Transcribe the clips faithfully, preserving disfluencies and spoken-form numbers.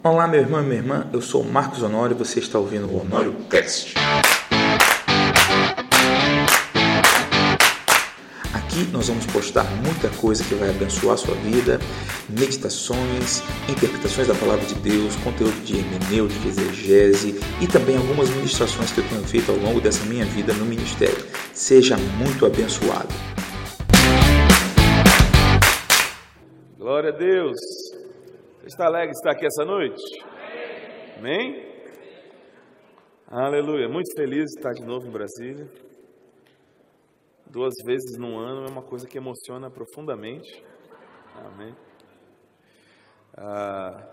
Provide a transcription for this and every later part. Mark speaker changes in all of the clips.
Speaker 1: Olá, meu irmão e minha irmã, eu sou o Marcos Honório e você está ouvindo o Honório Cast. Aqui nós vamos postar muita coisa que vai abençoar a sua vida, meditações, interpretações da Palavra de Deus, conteúdo de hermenêutica, de exegese e também algumas ministrações que eu tenho feito ao longo dessa minha vida no ministério. Seja muito abençoado.
Speaker 2: Glória a Deus. Você está alegre de estar aqui essa noite? Amém? Aleluia. Muito feliz de estar de novo em Brasília. Duas vezes num ano é uma coisa que emociona profundamente. Amém. Ah,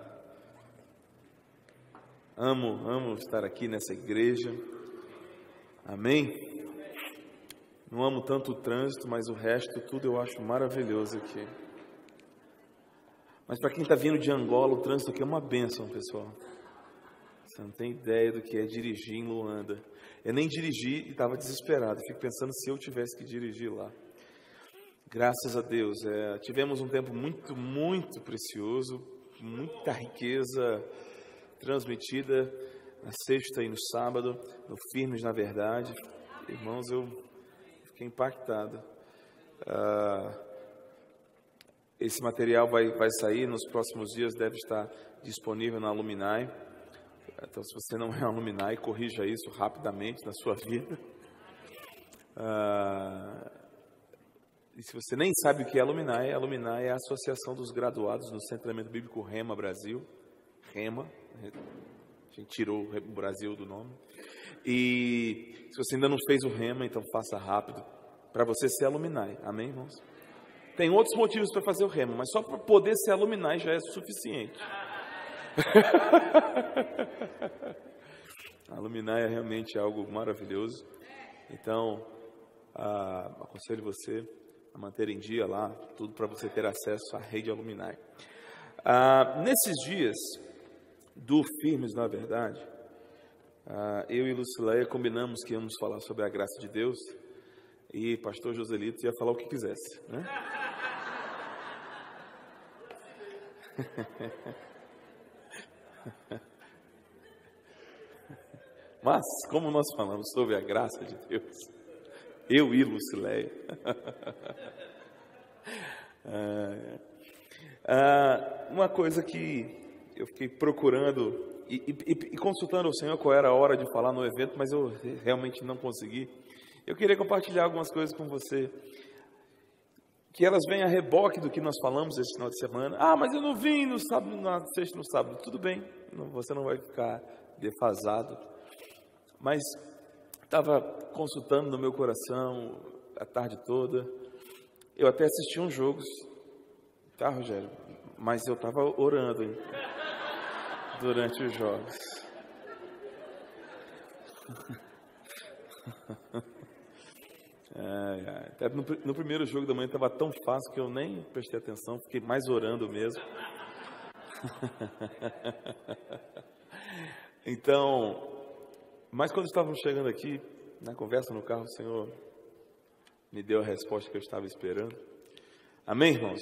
Speaker 2: amo, amo estar aqui nessa igreja. Amém. Não amo tanto o trânsito, mas o resto tudo eu acho maravilhoso aqui. Mas para quem está vindo de Angola, o trânsito aqui é uma bênção, pessoal. Você não tem ideia do que é dirigir em Luanda. Eu nem dirigi e estava desesperado. Fico pensando se eu tivesse que dirigir lá. Graças a Deus. É, tivemos um tempo muito, muito precioso. Muita riqueza transmitida na sexta e no sábado. No Firmes na Verdade. Irmãos, eu fiquei impactado. Ah... Esse material vai, vai sair nos próximos dias, deve estar disponível na Alumni. Então, se você não é Alumni, corrija isso rapidamente na sua vida. Ah, e se você nem sabe o que é Alumni, a Alumni é a Associação dos Graduados no Centro de Treinamento Bíblico Rema Brasil. Rema, a gente tirou o Brasil do nome. E se você ainda não fez o Rema, então faça rápido, para você ser Alumni. Amém, irmãos? Tem outros motivos para fazer o Rema, mas só para poder ser Alumni já é suficiente. A Alumni é realmente algo maravilhoso. Então, ah, aconselho você a manter em dia lá, tudo para você ter acesso à rede Alumni. Ah, nesses dias do Firmes na Verdade, ah, eu e Lucileia combinamos que íamos falar sobre a graça de Deus e pastor Joselito ia falar o que quisesse, né? Mas, como nós falamos sobre a graça de Deus, eu e Lucileia, ah, uma coisa que eu fiquei procurando e, e, e consultando o Senhor qual era a hora de falar no evento, mas eu realmente não consegui. Eu queria compartilhar algumas coisas com você, que elas vêm a reboque do que nós falamos esse final de semana. Ah, mas eu não vim no sábado, na sexta no sábado. Tudo bem, você não vai ficar defasado. Mas estava consultando no meu coração a tarde toda. Eu até assisti uns jogos, tá, Rogério? Mas eu estava orando hein, durante os jogos. É, é. Até no, no primeiro jogo da manhã estava tão fácil que eu nem prestei atenção, fiquei mais orando mesmo. Então, mas quando estávamos chegando aqui, na conversa no carro, o Senhor me deu a resposta que eu estava esperando. Amém, irmãos?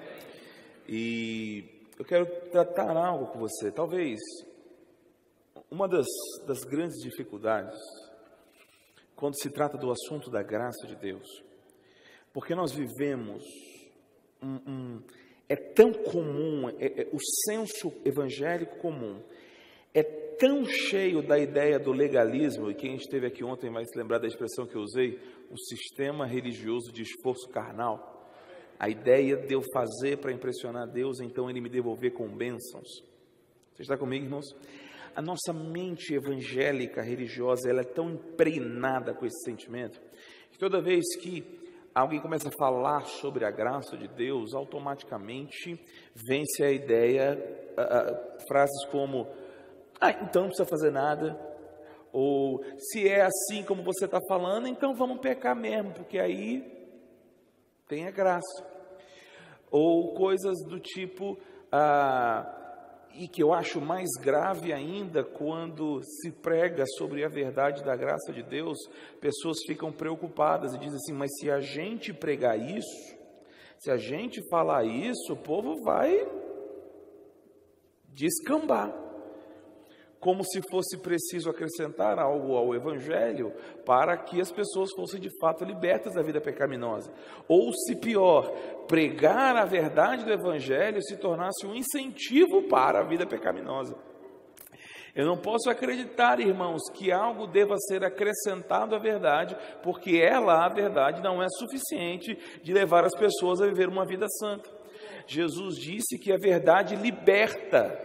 Speaker 2: E eu quero tratar algo com você. Talvez uma das, das grandes dificuldades quando se trata do assunto da graça de Deus, porque nós vivemos, um, um, é tão comum, é, é, o senso evangélico comum, é tão cheio da ideia do legalismo, e quem esteve aqui ontem vai se lembrar da expressão que eu usei, o sistema religioso de esforço carnal, a ideia de eu fazer para impressionar Deus, então Ele me devolver com bênçãos. Você está comigo, irmãos? A nossa mente evangélica, religiosa, ela é tão impregnada com esse sentimento, que toda vez que alguém começa a falar sobre a graça de Deus, automaticamente vence a ideia, uh, uh, frases como, ah, então não precisa fazer nada, ou se é assim como você está falando, então vamos pecar mesmo, porque aí tem a graça. Ou coisas do tipo... Uh, E que eu acho mais grave ainda, quando se prega sobre a verdade da graça de Deus, pessoas ficam preocupadas e dizem assim, mas se a gente pregar isso, se a gente falar isso, o povo vai descambar, como se fosse preciso acrescentar algo ao Evangelho para que as pessoas fossem de fato libertas da vida pecaminosa. Ou, se pior, pregar a verdade do Evangelho se tornasse um incentivo para a vida pecaminosa. Eu não posso acreditar, irmãos, que algo deva ser acrescentado à verdade, porque ela, a verdade, não é suficiente de levar as pessoas a viver uma vida santa. Jesus disse que a verdade liberta,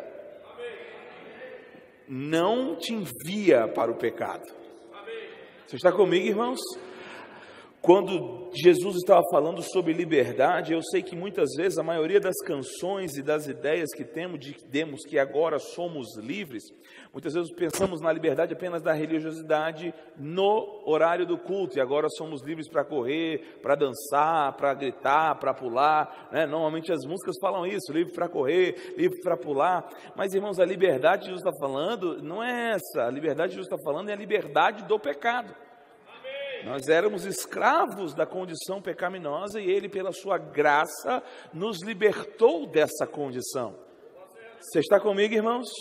Speaker 2: não te envia para o pecado. Você está comigo, irmãos? Quando Jesus estava falando sobre liberdade, eu sei que muitas vezes a maioria das canções e das ideias que temos de demos que agora somos livres, muitas vezes pensamos na liberdade apenas da religiosidade no horário do culto, e agora somos livres para correr, para dançar, para gritar, para pular, né? Normalmente as músicas falam isso, livre para correr, livre para pular, mas, irmãos, a liberdade que Jesus está falando não é essa, a liberdade que Jesus está falando é a liberdade do pecado. Nós éramos escravos da condição pecaminosa e Ele, pela sua graça, nos libertou dessa condição. Você está comigo, irmãos?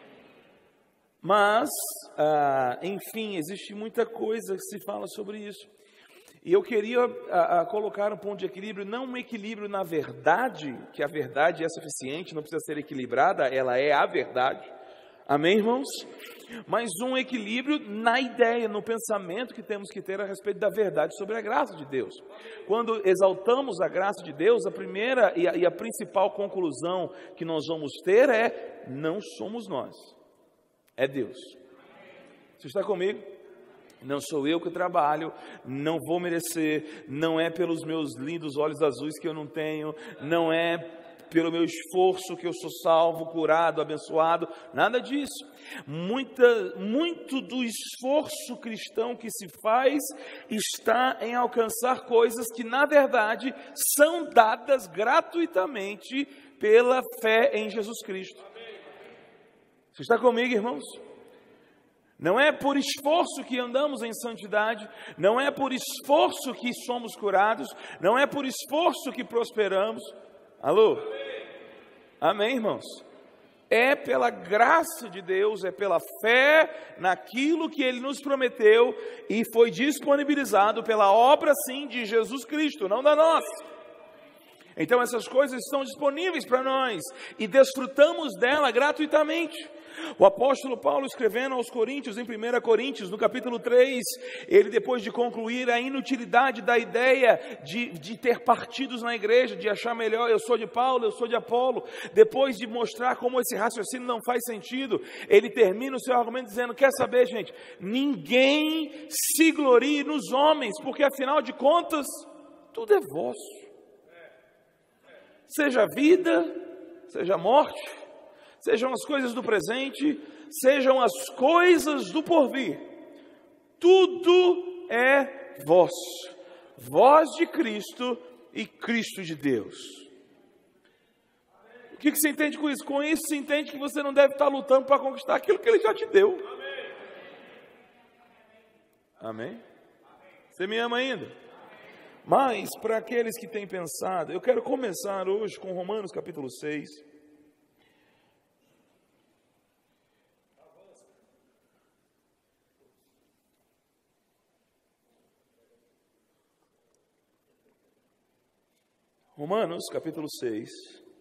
Speaker 2: Mas, ah, enfim, existe muita coisa que se fala sobre isso. E eu queria ah, colocar um ponto de equilíbrio, não um equilíbrio na verdade, que a verdade é suficiente, não precisa ser equilibrada, ela é a verdade. Amém, irmãos? Mas um equilíbrio na ideia, no pensamento que temos que ter a respeito da verdade sobre a graça de Deus. Quando exaltamos a graça de Deus, a primeira e a, e a principal conclusão que nós vamos ter é: não somos nós, é Deus. Você está comigo? Não sou eu que trabalho, não vou merecer, não é pelos meus lindos olhos azuis que eu não tenho, não é pelo meu esforço que eu sou salvo, curado, abençoado, nada disso. Muita, muito do esforço cristão que se faz está em alcançar coisas que, na verdade, são dadas gratuitamente pela fé em Jesus Cristo. Você está comigo, irmãos? Não é por esforço que andamos em santidade, não é por esforço que somos curados, não é por esforço que prosperamos. Alô? Amém, irmãos? É pela graça de Deus, é pela fé naquilo que Ele nos prometeu e foi disponibilizado pela obra, sim, de Jesus Cristo, não da nossa. Então essas coisas estão disponíveis para nós e desfrutamos dela gratuitamente. O apóstolo Paulo, escrevendo aos Coríntios, em primeira Coríntios, no capítulo três, ele, depois de concluir a inutilidade da ideia de, de ter partidos na igreja, de achar melhor, eu sou de Paulo, eu sou de Apolo, depois de mostrar como esse raciocínio não faz sentido, ele termina o seu argumento dizendo: quer saber, gente, ninguém se glorie nos homens, porque afinal de contas, tudo é vosso. Seja vida, seja morte, sejam as coisas do presente, sejam as coisas do porvir, tudo é vosso, vós de Cristo e Cristo de Deus. O que você entende com isso? Com isso você entende que você não deve estar lutando para conquistar aquilo que Ele já te deu. Amém? Você me ama ainda? Mas, para aqueles que têm pensado, eu quero começar hoje com Romanos capítulo seis. Romanos, capítulo seis.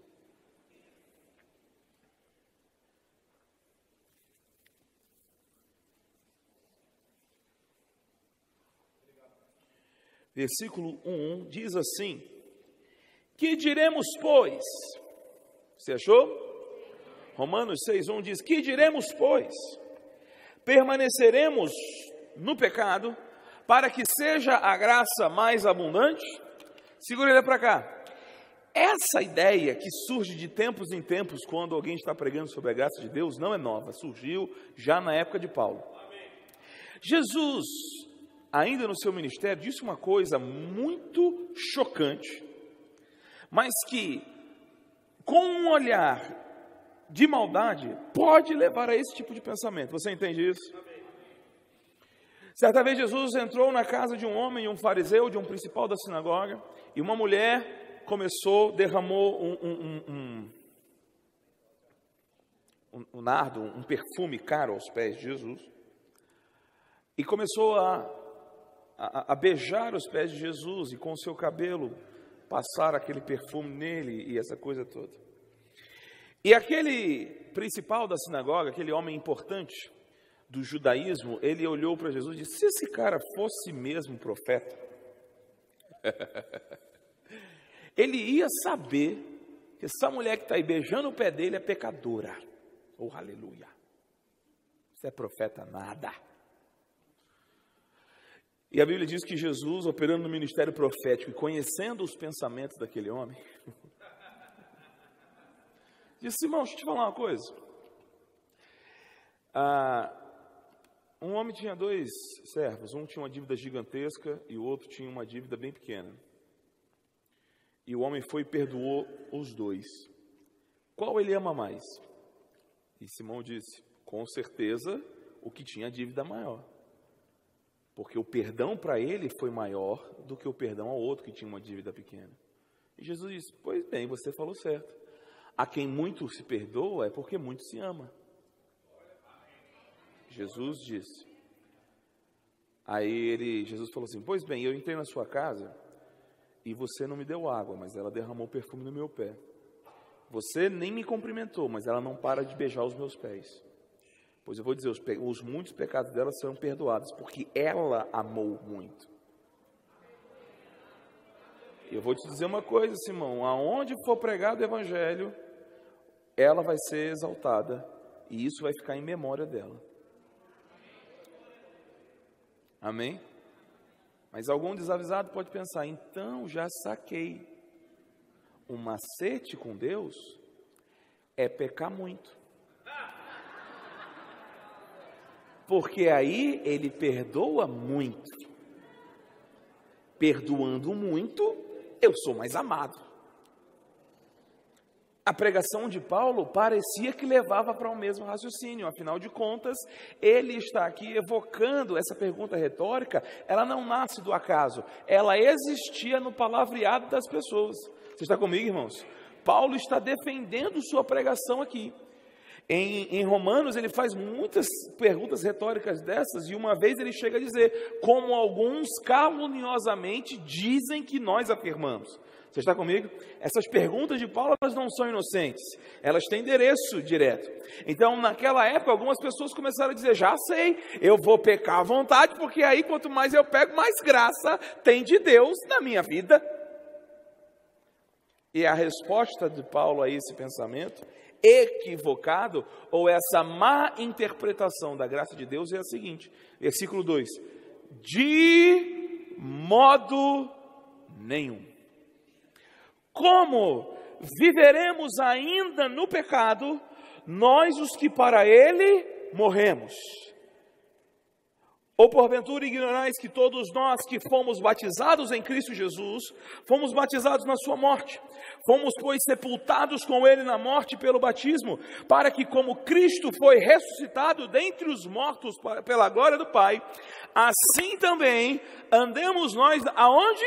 Speaker 2: Versículo um diz assim: que diremos, pois? Você achou? Romanos seis, um diz: que diremos, pois? Permaneceremos no pecado para que seja a graça mais abundante? Segura ele para cá. Essa ideia que surge de tempos em tempos quando alguém está pregando sobre a graça de Deus não é nova, surgiu já na época de Paulo. Jesus, ainda no seu ministério, disse uma coisa muito chocante, mas que, com um olhar de maldade, pode levar a esse tipo de pensamento. Você entende isso? Certa vez Jesus entrou na casa de um homem, um fariseu, de um principal da sinagoga, e uma mulher começou, derramou um, um, um, um, um nardo, um perfume caro aos pés de Jesus, e começou a, a, a beijar os pés de Jesus, e com o seu cabelo passar aquele perfume nele e essa coisa toda. E aquele principal da sinagoga, aquele homem importante do judaísmo, ele olhou para Jesus e disse: se esse cara fosse mesmo profeta, ele ia saber que essa mulher que está aí beijando o pé dele é pecadora. Oh, aleluia. Isso é profeta nada. E a Bíblia diz que Jesus, operando no ministério profético e conhecendo os pensamentos daquele homem, disse: irmão, deixa eu te falar uma coisa. Ah, um homem tinha dois servos, um tinha uma dívida gigantesca e o outro tinha uma dívida bem pequena. E o homem foi e perdoou os dois. Qual ele ama mais? E Simão disse: com certeza o que tinha dívida maior. Porque o perdão para ele foi maior do que o perdão ao outro que tinha uma dívida pequena. E Jesus disse: pois bem, você falou certo. A quem muito se perdoa é porque muito se ama. Jesus disse. Aí ele, Jesus falou assim: pois bem, eu entrei na sua casa e você não me deu água, mas ela derramou perfume no meu pé. Você nem me cumprimentou, mas ela não para de beijar os meus pés. Pois eu vou dizer, os, pe- os muitos pecados dela serão perdoados, porque ela amou muito. E eu vou te dizer uma coisa, Simão, aonde for pregado o evangelho, ela vai ser exaltada, e isso vai ficar em memória dela. Amém? Mas algum desavisado pode pensar: então já saquei. O macete com Deus é pecar muito. Porque aí ele perdoa muito. Perdoando muito, eu sou mais amado. A pregação de Paulo parecia que levava para o mesmo raciocínio. Afinal de contas, ele está aqui evocando essa pergunta retórica. Ela não nasce do acaso. Ela existia no palavreado das pessoas. Você está comigo, irmãos? Paulo está defendendo sua pregação aqui. Em, em Romanos, ele faz muitas perguntas retóricas dessas, e uma vez ele chega a dizer: como alguns caluniosamente dizem que nós afirmamos. Você está comigo? Essas perguntas de Paulo, elas não são inocentes, elas têm endereço direto. Então, naquela época, algumas pessoas começaram a dizer: já sei, eu vou pecar à vontade, porque aí quanto mais eu pego, mais graça tem de Deus na minha vida. E a resposta de Paulo a esse pensamento equivocado, ou essa má interpretação da graça de Deus, é a seguinte, versículo dois: de modo nenhum. Como viveremos ainda no pecado, nós os que para ele morremos? Ou porventura ignorais que todos nós que fomos batizados em Cristo Jesus, fomos batizados na sua morte. Fomos, pois, sepultados com ele na morte pelo batismo, para que, como Cristo foi ressuscitado dentre os mortos pela glória do Pai, assim também andemos nós aonde?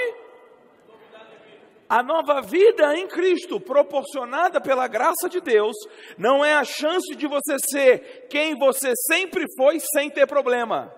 Speaker 2: A nova vida em Cristo, proporcionada pela graça de Deus, não é a chance de você ser quem você sempre foi sem ter problema.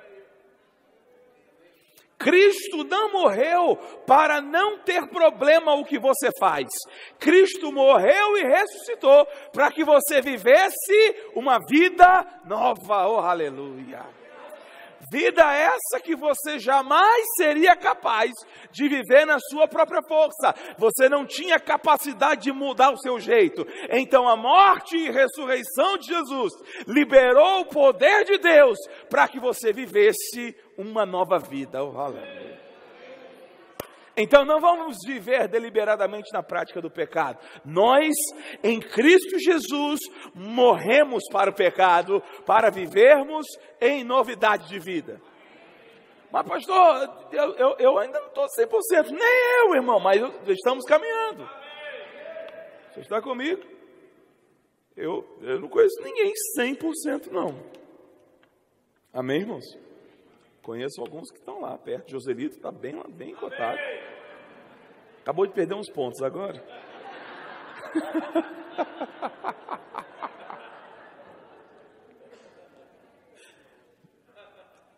Speaker 2: Cristo não morreu para não ter problema o que você faz. Cristo morreu e ressuscitou para que você vivesse uma vida nova. Oh, aleluia! Vida essa que você jamais seria capaz de viver na sua própria força. Você não tinha capacidade de mudar o seu jeito. Então a morte e ressurreição de Jesus liberou o poder de Deus para que você vivesse uma nova vida. Oh, aleluia. Então não vamos viver deliberadamente na prática do pecado. Nós, em Cristo Jesus, morremos para o pecado, para vivermos em novidade de vida. Mas pastor, eu, eu, eu ainda não estou cem por cento, nem eu, irmão, mas eu, estamos caminhando. Você está comigo? Eu, eu não conheço ninguém cem por cento não. Amém, irmãos? Conheço alguns que estão lá perto. Joselito está bem lá, bem cotado. Acabou de perder uns pontos agora.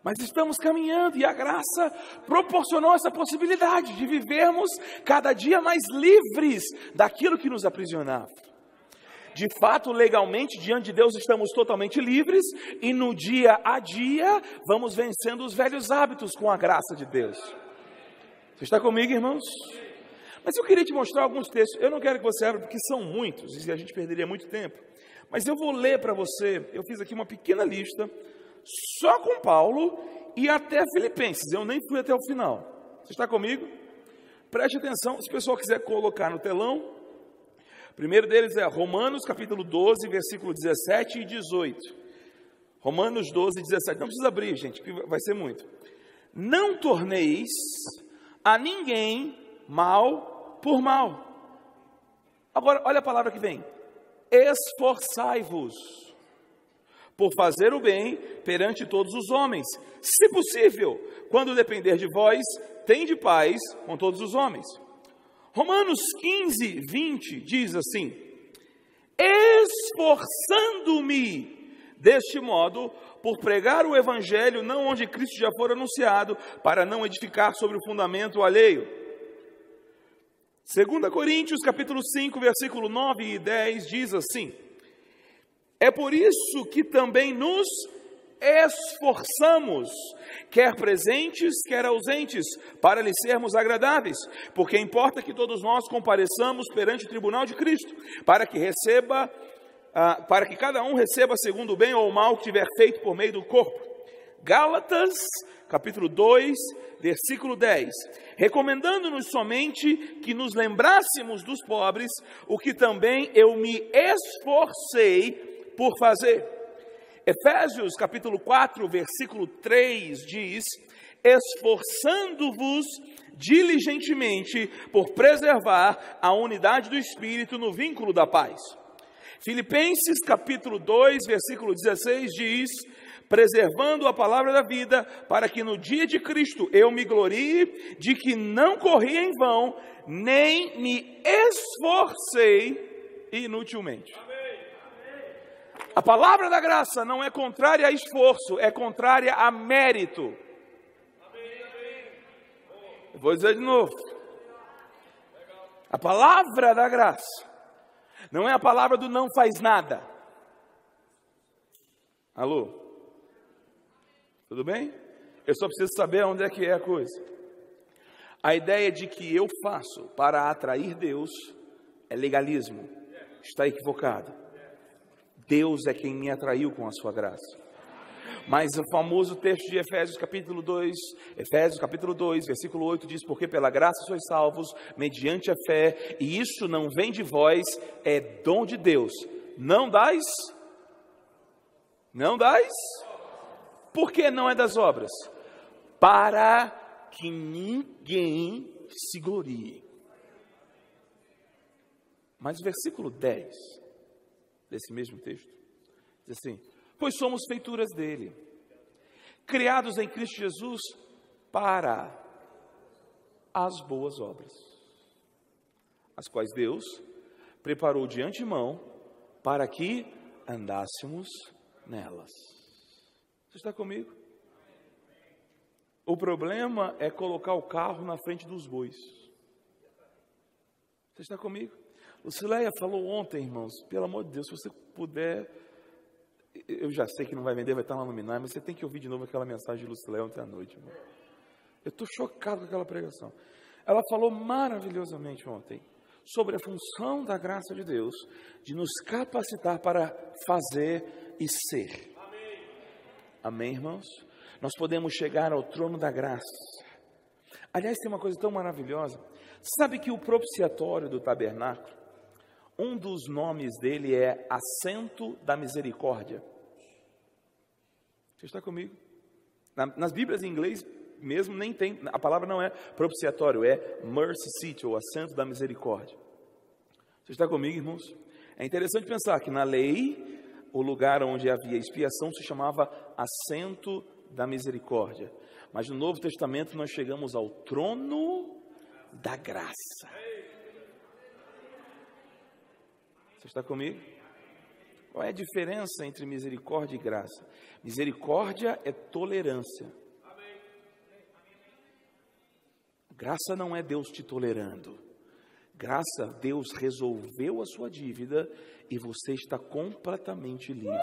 Speaker 2: Mas estamos caminhando e a graça proporcionou essa possibilidade de vivermos cada dia mais livres daquilo que nos aprisionava. De fato, legalmente, diante de Deus, estamos totalmente livres e no dia a dia vamos vencendo os velhos hábitos com a graça de Deus. Você está comigo, irmãos? Mas eu queria te mostrar alguns textos. Eu não quero que você abra porque são muitos e a gente perderia muito tempo. Mas eu vou ler para você. Eu fiz aqui uma pequena lista só com Paulo e até Filipenses. Eu nem fui até o final. Você está comigo? Preste atenção. Se o pessoal quiser colocar no telão. O primeiro deles é Romanos capítulo doze, versículo dezessete e dezoito. Romanos doze, dezessete. Não precisa abrir, gente, que vai ser muito. Não torneis a ninguém mal por mal. Agora, olha a palavra que vem. Esforçai-vos por fazer o bem perante todos os homens. Se possível, quando depender de vós, tende paz com todos os homens. Romanos quinze, vinte diz assim: esforçando-me deste modo por pregar o evangelho não onde Cristo já for anunciado, para não edificar sobre o fundamento alheio. Segunda Coríntios, capítulo cinco, versículo nove e dez, diz assim: é por isso que também nos esforçamos, quer presentes, quer ausentes, para lhe sermos agradáveis, porque importa que todos nós compareçamos perante o tribunal de Cristo, para que receba, ah, para que cada um receba segundo o bem ou o mal que tiver feito por meio do corpo. Gálatas, capítulo dois, versículo dez, recomendando-nos somente que nos lembrássemos dos pobres, o que também eu me esforcei por fazer. Efésios, capítulo quatro, versículo três diz: esforçando-vos diligentemente por preservar a unidade do Espírito no vínculo da paz. Filipenses, capítulo dois, versículo dezesseis diz: preservando a palavra da vida, para que no dia de Cristo eu me glorie de que não corri em vão, nem me esforcei inutilmente. A palavra da graça não é contrária a esforço, é contrária a mérito. Eu vou dizer de novo. A palavra da graça não é a palavra do não faz nada. Alô? Tudo bem? Eu só preciso saber onde é que é a coisa. A ideia de que eu faço para atrair Deus é legalismo. Está equivocado. Deus é quem me atraiu com a sua graça. Mas o famoso texto de Efésios capítulo dois, Efésios capítulo dois, versículo oito diz: porque pela graça sois salvos, mediante a fé, e isso não vem de vós, é dom de Deus. Não dais? Não dais? Por que não é das obras? Para que ninguém se glorie. Mas o versículo dez desse mesmo texto diz assim: pois somos feituras dele, criados em Cristo Jesus para as boas obras, as quais Deus preparou de antemão para que andássemos nelas. Você está comigo? O problema é colocar o carro na frente dos bois. Você está comigo? Lucileia falou ontem, irmãos, pelo amor de Deus, se você puder, eu já sei que não vai vender, vai estar lá no Minai, mas você tem que ouvir de novo aquela mensagem de Lucileia ontem à noite, irmão. Eu estou chocado com aquela pregação. Ela falou maravilhosamente ontem sobre a função da graça de Deus de nos capacitar para fazer e ser. Amém, Amém, irmãos? Nós podemos chegar ao trono da graça. Aliás, tem uma coisa tão maravilhosa. Sabe que o propiciatório do tabernáculo, um dos nomes dele é assento da misericórdia. Você está comigo? Na, nas Bíblias em inglês mesmo nem tem, a palavra não é propiciatório, é mercy seat, ou assento da misericórdia. Você está comigo, irmãos? É interessante pensar que na lei, o lugar onde havia expiação se chamava assento da misericórdia. Mas no Novo Testamento nós chegamos ao trono da graça. Você está comigo? Qual é a diferença entre misericórdia e graça? Misericórdia é tolerância. Graça não é Deus te tolerando. Graça, Deus resolveu a sua dívida e você está completamente livre.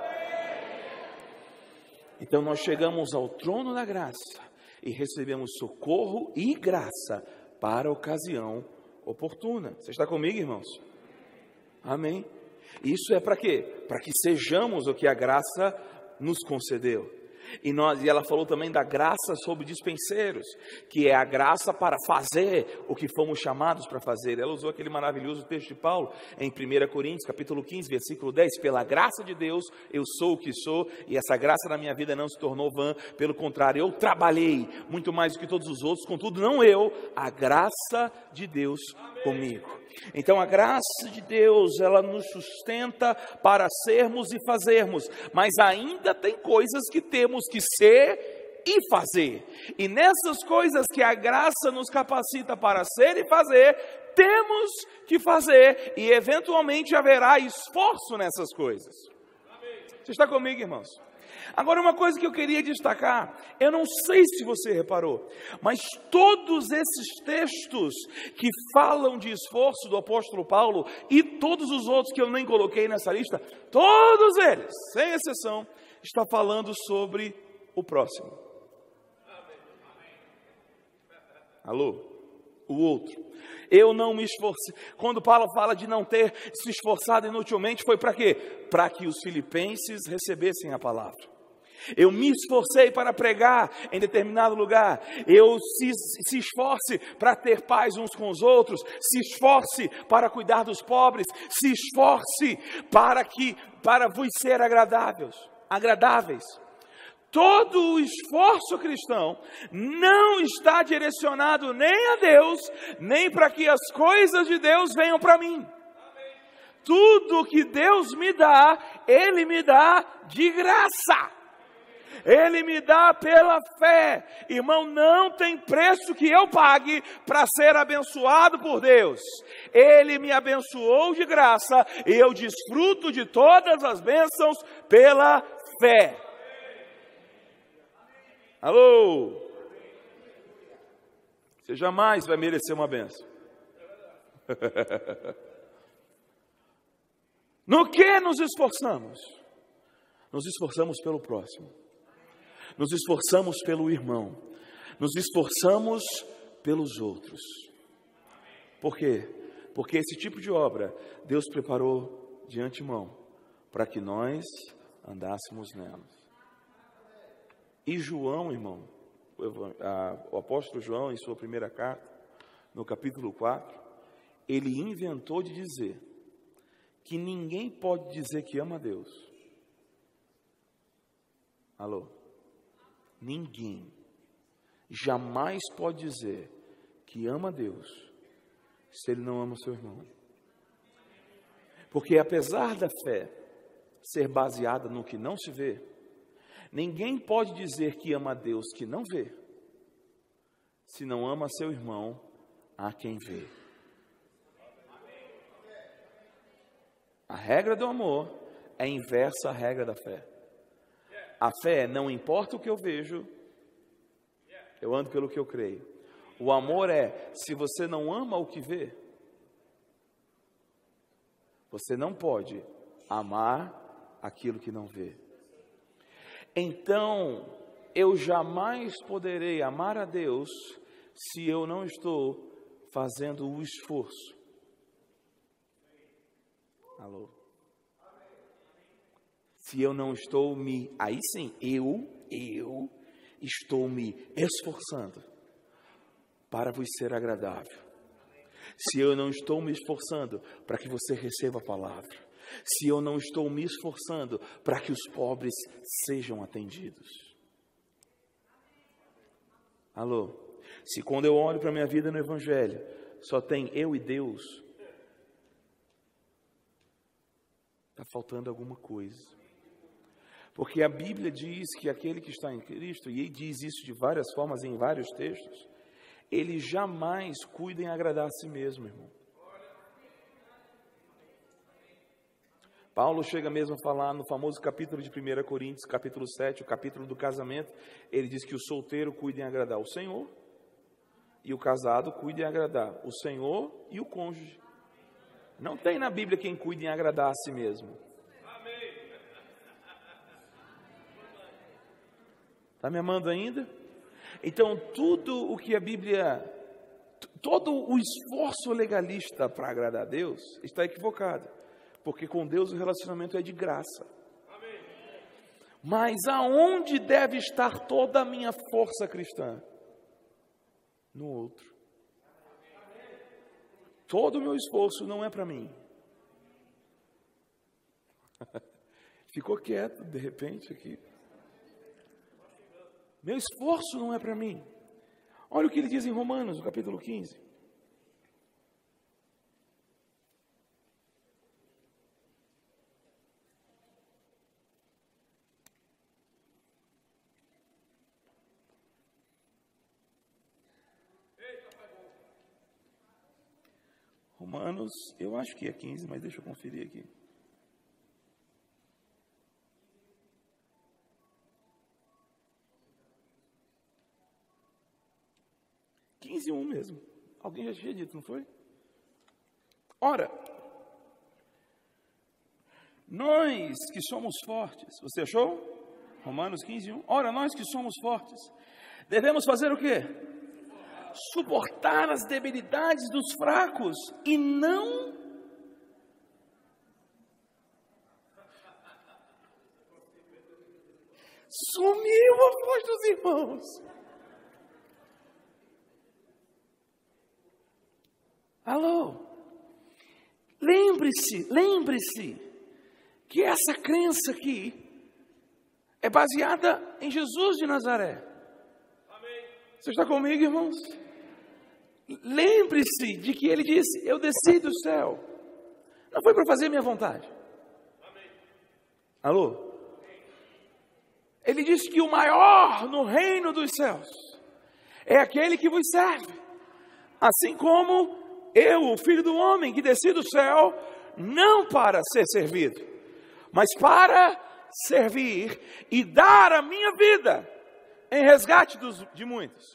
Speaker 2: Então nós chegamos ao trono da graça e recebemos socorro e graça para a ocasião oportuna. Você está comigo, irmãos? Amém. Isso é para quê? Para que sejamos o que a graça nos concedeu. E, nós, e ela falou também da graça sobre dispenseiros, que é a graça para fazer o que fomos chamados para fazer. Ela usou aquele maravilhoso texto de Paulo em primeira Coríntios, capítulo quinze, versículo dez. Pela graça de Deus, eu sou o que sou, e essa graça na minha vida não se tornou vã. Pelo contrário, eu trabalhei muito mais do que todos os outros, contudo não eu, a graça de Deus comigo. Então a graça de Deus, ela nos sustenta para sermos e fazermos, mas ainda tem coisas que temos que ser e fazer. E nessas coisas que a graça nos capacita para ser e fazer, temos que fazer, e eventualmente haverá esforço nessas coisas. Você está comigo, irmãos? Agora, uma coisa que eu queria destacar, eu não sei se você reparou, mas todos esses textos que falam de esforço do apóstolo Paulo e todos os outros que eu nem coloquei nessa lista, todos eles, sem exceção, estão falando sobre o próximo. Alô? O outro. Eu não me esforcei. Quando Paulo fala de não ter se esforçado inutilmente, foi para quê? Para que os filipenses recebessem a palavra. Eu me esforcei para pregar em determinado lugar. Eu se, se esforce para ter paz uns com os outros. Se esforce para cuidar dos pobres. Se esforce para que para vos ser agradáveis. Agradáveis. Todo o esforço cristão não está direcionado nem a Deus, nem para que as coisas de Deus venham para mim. Tudo que Deus me dá, Ele me dá de graça. Ele me dá pela fé. Irmão, não tem preço que eu pague para ser abençoado por Deus. Ele me abençoou de graça e eu desfruto de todas as bênçãos pela fé. Alô? Você jamais vai merecer uma bênção. No que nos esforçamos? Nos esforçamos pelo próximo. Nos esforçamos pelo irmão. Nos esforçamos pelos outros. Por quê? Porque esse tipo de obra Deus preparou de antemão para que nós andássemos nela. E João, irmão, o apóstolo João, em sua primeira carta, no capítulo quatro, ele inventou de dizer que ninguém pode dizer que ama a Deus. Alô? Ninguém jamais pode dizer que ama a Deus se ele não ama o seu irmão. Porque apesar da fé ser baseada no que não se vê, ninguém pode dizer que ama a Deus que não vê, se não ama seu irmão a quem vê. A regra do amor é inversa à regra da fé. A fé, não importa o que eu vejo, eu ando pelo que eu creio. O amor é, se você não ama o que vê, você não pode amar aquilo que não vê. Então, eu jamais poderei amar a Deus se eu não estou fazendo o esforço. Alô? Se eu não estou me... Aí sim, eu, eu estou me esforçando para vos ser agradável. Se eu não estou me esforçando para que você receba a palavra. Se eu não estou me esforçando para que os pobres sejam atendidos. Alô? Se quando eu olho para a minha vida no Evangelho, só tem eu e Deus, está faltando alguma coisa. Porque a Bíblia diz que aquele que está em Cristo, e ele diz isso de várias formas em vários textos, ele jamais cuida em agradar a si mesmo, irmão. Paulo chega mesmo a falar no famoso capítulo de primeira Coríntios, capítulo sete, o capítulo do casamento. Ele diz que o solteiro cuida em agradar o Senhor e o casado cuida em agradar o Senhor e o cônjuge. Não tem na Bíblia quem cuida em agradar a si mesmo. Está me amando ainda? Então, tudo o que a Bíblia, todo o esforço legalista para agradar a Deus está equivocado. Porque com Deus o relacionamento é de graça. Mas aonde deve estar toda a minha força cristã? No outro. Todo o meu esforço não é para mim. Ficou quieto de repente aqui. Meu esforço não é para mim. Olha o que ele diz em Romanos, no capítulo quinze. Romanos, eu acho que é quinze, mas deixa eu conferir aqui. quinze, um mesmo. Alguém já tinha dito, não foi? Ora, nós que somos fortes, você achou? Romanos quinze, um. Ora, nós que somos fortes, devemos fazer o quê? Suportar as debilidades dos fracos e não sumiu a voz dos irmãos. Alô? Lembre-se, lembre-se que essa crença aqui é baseada em Jesus de Nazaré. Você está comigo, irmãos? Lembre-se de que ele disse, eu desci do céu. Não foi para fazer minha vontade. Amém. Alô? Ele disse que o maior no reino dos céus é aquele que vos serve. Assim como eu, o Filho do Homem, que desci do céu, não para ser servido, mas para servir e dar a minha vida em resgate dos, de muitos.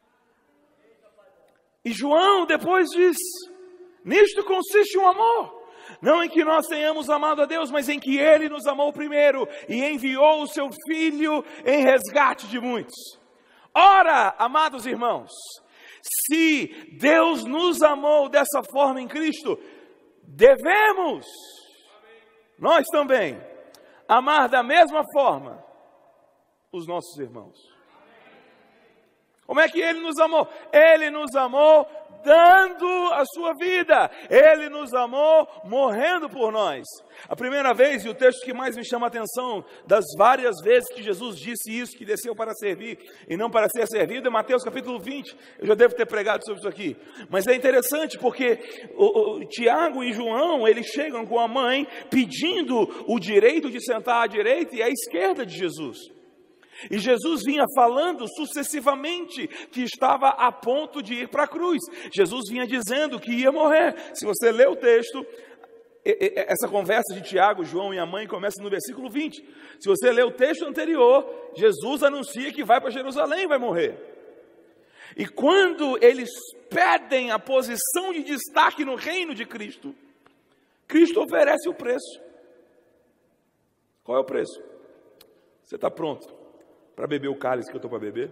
Speaker 2: E João depois diz, nisto consiste um amor, não em que nós tenhamos amado a Deus, mas em que Ele nos amou primeiro e enviou o Seu Filho em resgate de muitos. Ora, amados irmãos, se Deus nos amou dessa forma em Cristo, devemos, nós também, amar da mesma forma os nossos irmãos. Como é que Ele nos amou? Ele nos amou dando a sua vida. Ele nos amou morrendo por nós. A primeira vez, e o texto que mais me chama a atenção, das várias vezes que Jesus disse isso, que desceu para servir e não para ser servido, é Mateus capítulo vinte. Eu já devo ter pregado sobre isso aqui. Mas é interessante porque o, o, Tiago e João, eles chegam com a mãe pedindo o direito de sentar à direita e à esquerda de Jesus. E Jesus vinha falando sucessivamente que estava a ponto de ir para a cruz. Jesus vinha dizendo que ia morrer. Se você ler o texto, essa conversa de Tiago, João e a mãe começa no versículo vinte. Se você ler o texto anterior, Jesus anuncia que vai para Jerusalém e vai morrer. E quando eles pedem a posição de destaque no reino de Cristo, Cristo oferece o preço. Qual é o preço? Você está pronto para beber o cálice que eu estou para beber?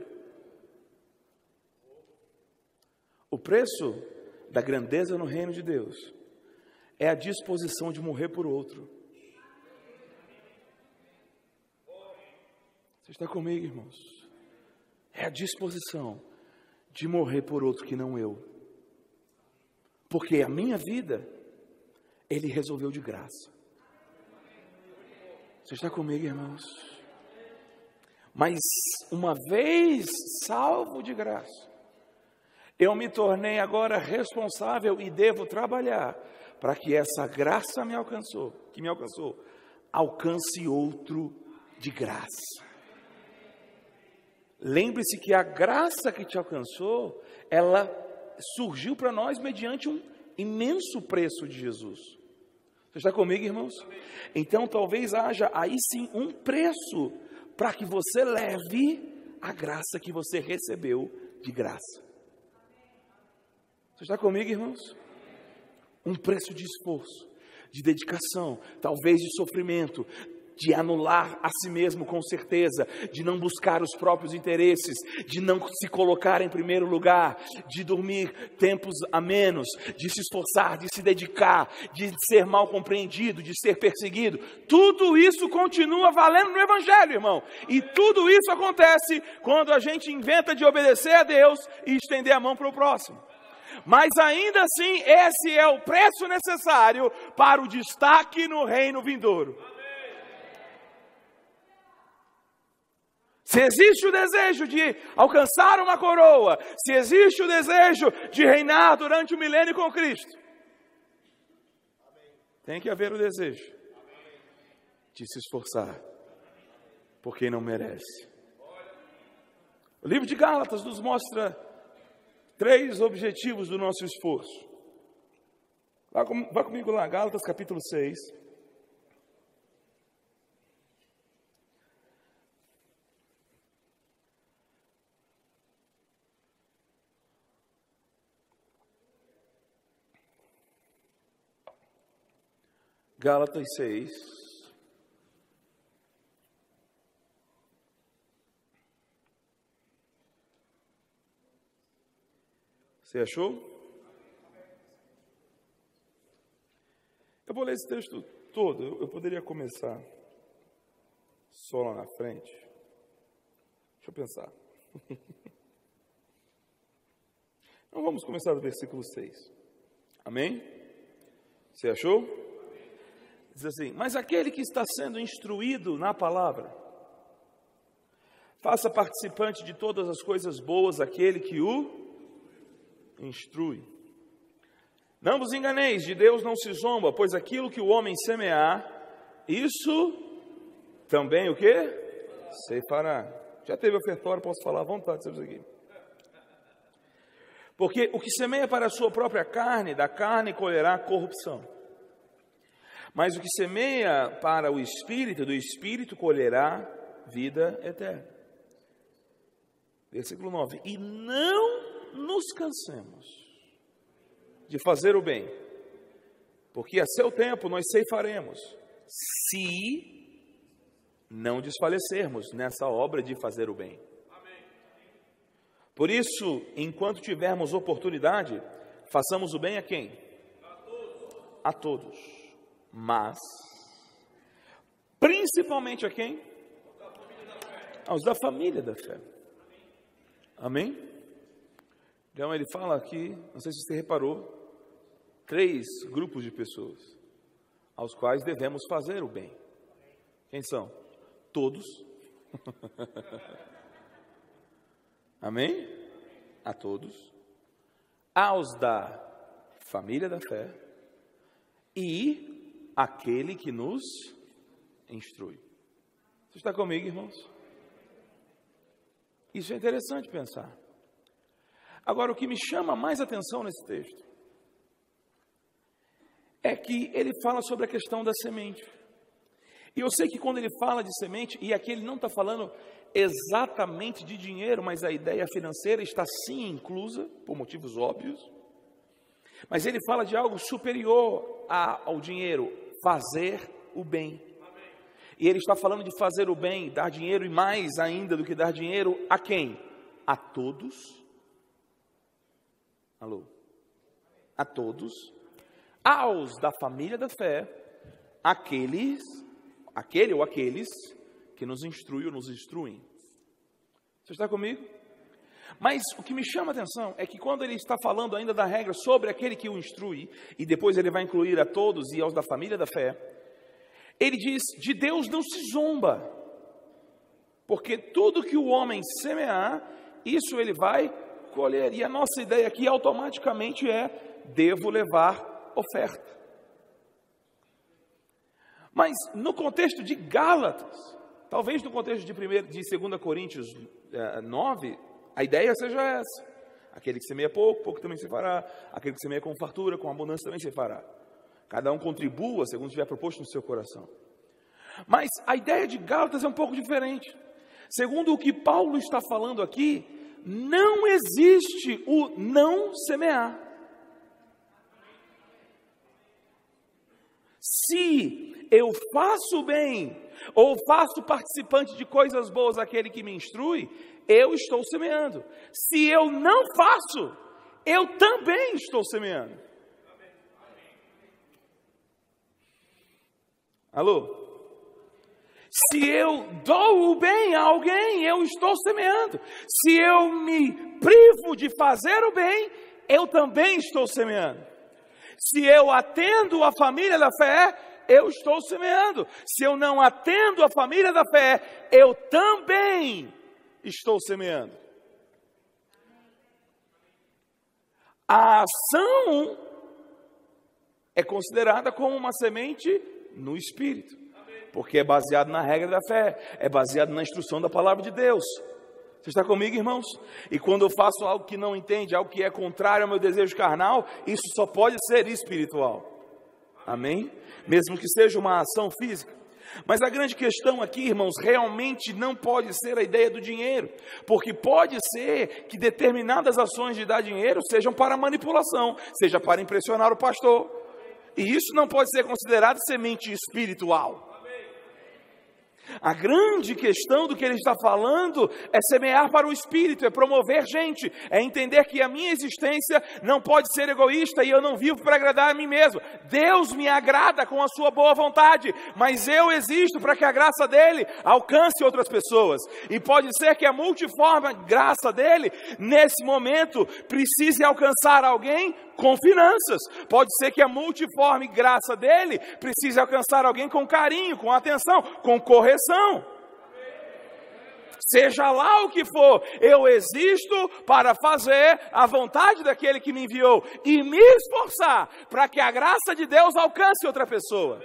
Speaker 2: O preço da grandeza no reino de Deus é a disposição de morrer por outro. Você está comigo, irmãos? É a disposição de morrer por outro que não eu. Porque a minha vida, Ele resolveu de graça. Você está comigo, irmãos? Mas uma vez salvo de graça, eu me tornei agora responsável e devo trabalhar para que essa graça me alcançou, que me alcançou, alcance outro de graça. Lembre-se que a graça que te alcançou, ela surgiu para nós mediante um imenso preço de Jesus. Você está comigo, irmãos? Então talvez haja aí sim um preço para que você leve a graça que você recebeu de graça. Você está comigo, irmãos? Um preço de esforço, de dedicação, talvez de sofrimento, de anular a si mesmo com certeza, de não buscar os próprios interesses, de não se colocar em primeiro lugar, de dormir tempos a menos, de se esforçar, de se dedicar, de ser mal compreendido, de ser perseguido. Tudo isso continua valendo no Evangelho, irmão. E tudo isso acontece quando a gente inventa de obedecer a Deus e estender a mão para o próximo. Mas ainda assim, esse é o preço necessário para o destaque no reino vindouro. Se existe o desejo de alcançar uma coroa, se existe o desejo de reinar durante o milênio com Cristo, tem que haver o desejo de se esforçar por quem não merece. O livro de Gálatas nos mostra três objetivos do nosso esforço. Vá, com, vá comigo lá, Gálatas capítulo seis. Gálatas seis. Você achou? Eu vou ler esse texto todo. Eu, eu poderia começar só lá na frente. Deixa eu pensar. Então vamos começar do versículo seis. Amém? Você achou? Diz assim: mas aquele que está sendo instruído na palavra, faça participante de todas as coisas boas aquele que o instrui. Não vos enganeis, de Deus não se zomba, pois aquilo que o homem semear, isso também o quê? Ceifará. Já teve ofertório, posso falar à vontade sobre isso aqui. Porque o que semeia para a sua própria carne, da carne colherá corrupção. Mas o que semeia para o Espírito, do Espírito colherá vida eterna. Versículo nove. E não nos cansemos de fazer o bem, porque a seu tempo nós ceifaremos, se não desfalecermos nessa obra de fazer o bem. Por isso, enquanto tivermos oportunidade, façamos o bem a quem? A todos. A todos. Mas, principalmente a quem? Aos da família da fé. Amém? Então ele fala aqui, não sei se você reparou, três grupos de pessoas aos quais devemos fazer o bem. Quem são? Todos. Amém? A todos. Aos da família da fé e aquele que nos instrui. Você está comigo, irmãos? Isso é interessante pensar. Agora, o que me chama mais atenção nesse texto é que ele fala sobre a questão da semente. E eu sei que quando ele fala de semente, e aqui ele não está falando exatamente de dinheiro, mas a ideia financeira está sim inclusa, por motivos óbvios. Mas ele fala de algo superior ao dinheiro, fazer o bem. E ele está falando de fazer o bem, dar dinheiro, e mais ainda do que dar dinheiro, a quem? A todos. Alô? A todos. Aos da família da fé, aqueles, aquele ou aqueles que nos instruem ou nos instruem. Você está comigo? Mas o que me chama a atenção é que quando ele está falando ainda da regra sobre aquele que o instrui, e depois ele vai incluir a todos e aos da família da fé, ele diz, de Deus não se zomba, porque tudo que o homem semear, isso ele vai colher. E a nossa ideia aqui automaticamente é, devo levar oferta. Mas no contexto de Gálatas, talvez no contexto de, primeiro, de dois Coríntios eh, nove, a ideia seja essa. Aquele que semeia pouco, pouco também se fará. Aquele que semeia com fartura, com abundância também se fará. Cada um contribua segundo tiver proposto no seu coração. Mas a ideia de Gálatas é um pouco diferente. Segundo o que Paulo está falando aqui, não existe o não semear. Se eu faço bem, ou faço participante de coisas boas aquele que me instrui, eu estou semeando. Se eu não faço, eu também estou semeando. Alô? Se eu dou o bem a alguém, eu estou semeando. Se eu me privo de fazer o bem, eu também estou semeando. Se eu atendo a família da fé, eu estou semeando. Se eu não atendo a família da fé, eu também estou semeando. A ação é considerada como uma semente no Espírito, porque é baseado na regra da fé, é baseado na instrução da palavra de Deus. Você está comigo, irmãos? E quando eu faço algo que não entende, algo que é contrário ao meu desejo carnal, isso só pode ser espiritual. Amém? Mesmo que seja uma ação física. Mas a grande questão aqui, irmãos, realmente não pode ser a ideia do dinheiro, porque pode ser que determinadas ações de dar dinheiro sejam para manipulação, seja para impressionar o pastor, e isso não pode ser considerado semente espiritual. A grande questão do que ele está falando é semear para o Espírito, é promover gente, é entender que a minha existência não pode ser egoísta e eu não vivo para agradar a mim mesmo. Deus me agrada com a sua boa vontade, mas eu existo para que a graça dele alcance outras pessoas. E pode ser que a multiforme graça dele, nesse momento, precise alcançar alguém com finanças. Pode ser que a multiforme graça dele precise alcançar alguém com carinho, com atenção, com correção. Seja lá o que for, eu existo para fazer a vontade daquele que me enviou e me esforçar para que a graça de Deus alcance outra pessoa.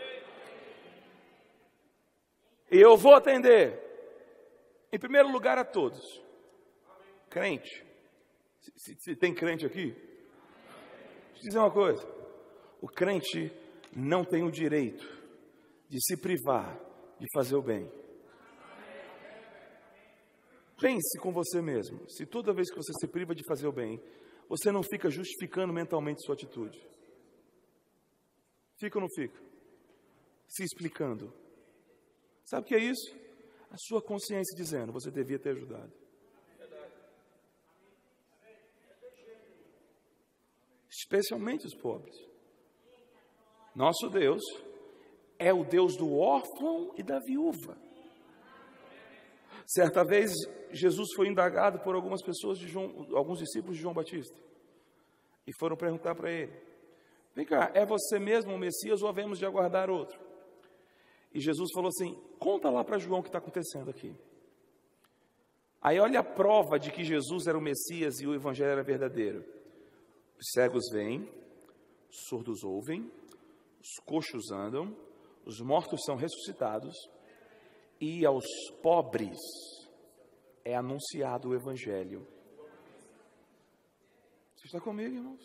Speaker 2: E eu vou atender, em primeiro lugar, a todos. Crente. Se, se, se tem crente aqui, deixa eu dizer uma coisa. O crente não tem o direito de se privar de fazer o bem. Pense com você mesmo. Se toda vez que você se priva de fazer o bem, você não fica justificando mentalmente sua atitude. Fica ou não fica? Se explicando. Sabe o que é isso? A sua consciência dizendo, você devia ter ajudado. Especialmente os pobres. Nosso Deus é o Deus do órfão e da viúva. Certa vez, Jesus foi indagado por algumas pessoas, de João, alguns discípulos de João Batista. E foram perguntar para ele, vem cá, é você mesmo o Messias ou havemos de aguardar outro? E Jesus falou assim, conta lá para João o que está acontecendo aqui. Aí olha a prova de que Jesus era o Messias e o Evangelho era verdadeiro. Os cegos veem, os surdos ouvem, os coxos andam, os mortos são ressuscitados, e aos pobres é anunciado o Evangelho. Você está comigo, irmãos?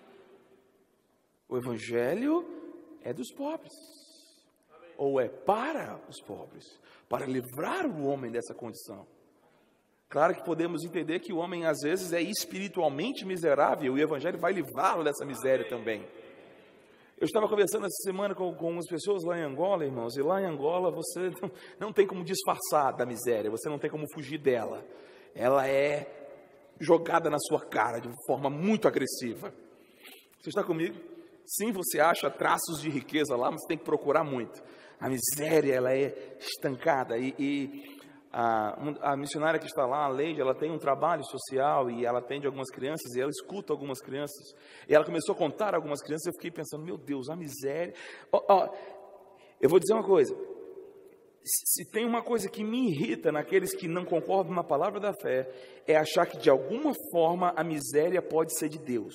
Speaker 2: O Evangelho é dos pobres, ou é para os pobres, para livrar o homem dessa condição. Claro que podemos entender que o homem às vezes é espiritualmente miserável, e o Evangelho vai livrá-lo dessa miséria também. Eu estava conversando essa semana com, com umas pessoas lá em Angola, irmãos, e lá em Angola você não, não tem como disfarçar da miséria, você não tem como fugir dela. Ela é jogada na sua cara de forma muito agressiva. Você está comigo? Sim, você acha traços de riqueza lá, mas você tem que procurar muito. A miséria, ela é estancada e... e A, a missionária que está lá, a Leide, ela tem um trabalho social e ela atende algumas crianças e ela escuta algumas crianças. E ela começou a contar algumas crianças e eu fiquei pensando, meu Deus, a miséria. Oh, oh, eu vou dizer uma coisa, se, se tem uma coisa que me irrita naqueles que não concordam na palavra da fé, é achar que de alguma forma a miséria pode ser de Deus.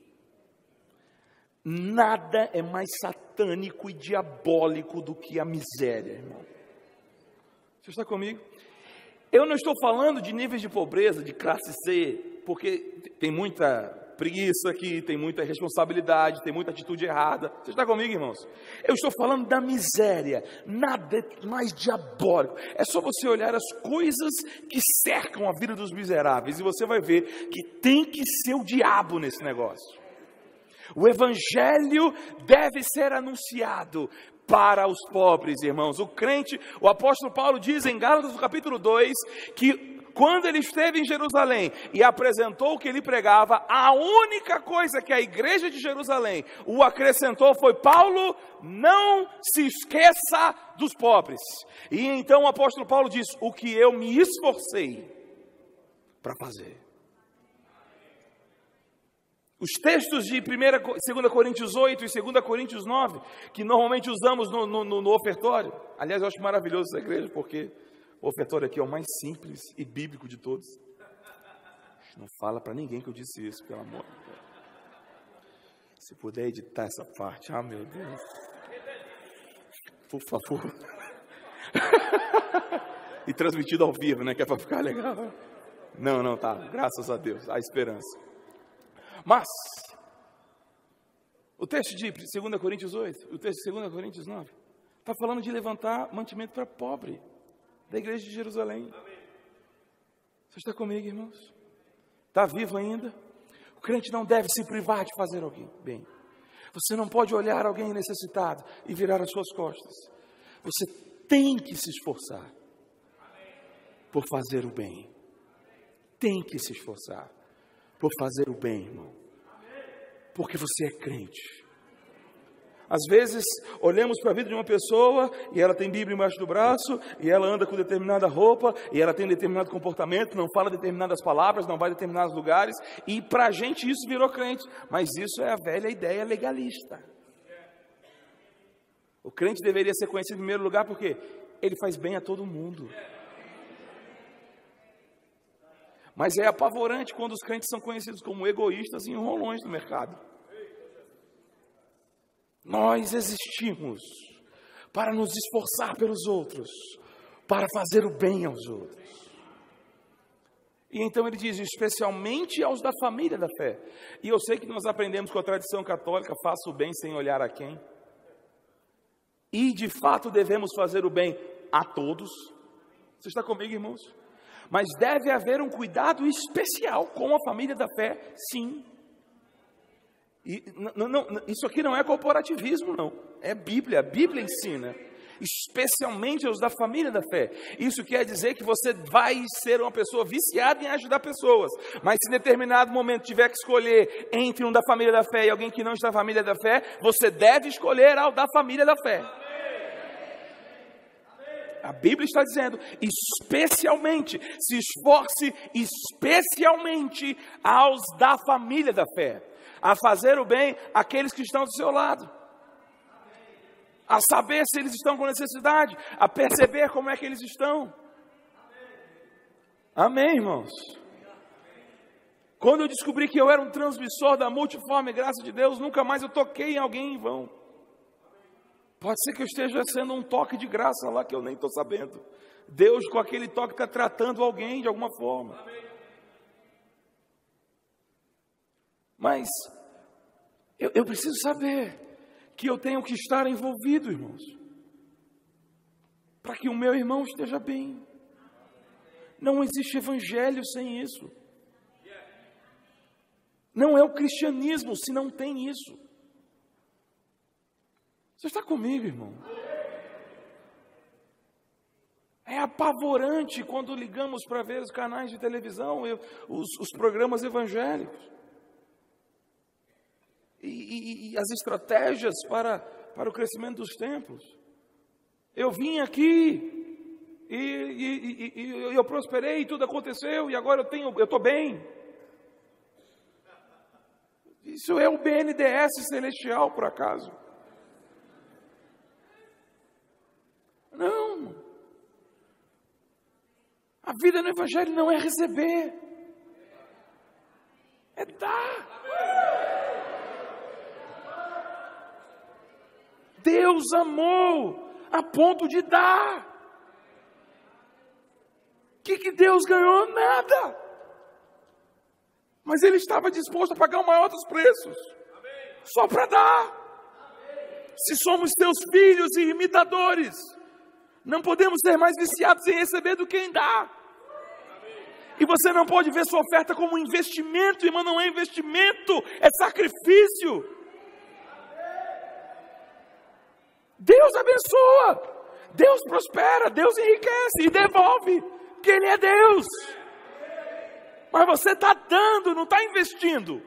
Speaker 2: Nada é mais satânico e diabólico do que a miséria, irmão. Você está comigo? Eu não estou falando de níveis de pobreza, de classe C, porque tem muita preguiça aqui, tem muita responsabilidade, tem muita atitude errada. Você está comigo, irmãos? Eu estou falando da miséria, nada é mais diabólico. É só você olhar as coisas que cercam a vida dos miseráveis e você vai ver que tem que ser o diabo nesse negócio. O evangelho deve ser anunciado para os pobres, irmãos. O crente, o apóstolo Paulo diz em Gálatas, no capítulo dois, que quando ele esteve em Jerusalém e apresentou o que ele pregava, a única coisa que a igreja de Jerusalém o acrescentou foi: Paulo, não se esqueça dos pobres. E então o apóstolo Paulo diz: o que eu me esforcei para fazer. Os textos de primeira, segunda Coríntios oito e segunda Coríntios nove, que normalmente usamos no, no, no ofertório. Aliás, eu acho maravilhoso essa igreja, porque o ofertório aqui é o mais simples e bíblico de todos. Não fala para ninguém que eu disse isso, pelo amor de Deus. Se puder editar essa parte, ah, meu Deus. Por favor. E transmitido ao vivo, né, que é para ficar legal. Não, não, tá, graças a Deus, há esperança. Mas, o texto de segunda Coríntios oito, o texto de segunda Coríntios nove, está falando de levantar mantimento para pobre, da igreja de Jerusalém. Você está comigo, irmãos? Está vivo ainda? O crente não deve se privar de fazer alguém bem. Você não pode olhar alguém necessitado e virar as suas costas. Você tem que se esforçar por fazer o bem. Tem que se esforçar por fazer o bem, irmão, porque você é crente. Às vezes, olhamos para a vida de uma pessoa e ela tem Bíblia embaixo do braço, e ela anda com determinada roupa, e ela tem determinado comportamento, não fala determinadas palavras, não vai a determinados lugares, e para a gente isso virou crente. Mas isso é a velha ideia legalista. O crente deveria ser conhecido em primeiro lugar porque ele faz bem a todo mundo. Mas é apavorante quando os crentes são conhecidos como egoístas e enrolões do mercado. Nós existimos para nos esforçar pelos outros, para fazer o bem aos outros. E então ele diz, especialmente aos da família da fé. E eu sei que nós aprendemos com a tradição católica, faça o bem sem olhar a quem. E de fato devemos fazer o bem a todos. Você está comigo, irmãos? Mas deve haver um cuidado especial com a família da fé, sim. E não, não, isso aqui não é corporativismo, não. É Bíblia, a Bíblia ensina. Especialmente aos da família da fé. Isso quer dizer que você vai ser uma pessoa viciada em ajudar pessoas. Mas se em determinado momento tiver que escolher entre um da família da fé e alguém que não está na família da fé, você deve escolher ao da família da fé. A Bíblia está dizendo, especialmente, se esforce especialmente aos da família da fé, a fazer o bem àqueles que estão do seu lado, a saber se eles estão com necessidade, a perceber como é que eles estão. Amém, irmãos? Quando eu descobri que eu era um transmissor da multiforme graça de Deus, nunca mais eu toquei em alguém em vão. Pode ser que eu esteja sendo um toque de graça lá que eu nem estou sabendo. Deus com aquele toque está tratando alguém de alguma forma. Mas eu, eu preciso saber que eu tenho que estar envolvido, irmãos, para que o meu irmão esteja bem. Não existe evangelho sem isso. Não é o cristianismo se não tem isso. Você está comigo, irmão? É apavorante quando ligamos para ver os canais de televisão, os, os programas evangélicos. E, e, e as estratégias para, para o crescimento dos templos. Eu vim aqui e, e, e, e eu prosperei, tudo aconteceu e agora eu tenho, eu estou bem. Isso é o B N D S celestial, por acaso? Não. A vida no Evangelho não é receber, é dar. Deus amou a ponto de dar. O que, que Deus ganhou? Nada. Mas ele estava disposto a pagar o maior dos preços, só para dar. Se somos teus filhos e imitadores, não podemos ser mais viciados em receber do que em dar. E você não pode ver sua oferta como um investimento, irmão, não é investimento, é sacrifício. Deus abençoa, Deus prospera, Deus enriquece e devolve, porque Ele é Deus. Mas você está dando, não está investindo.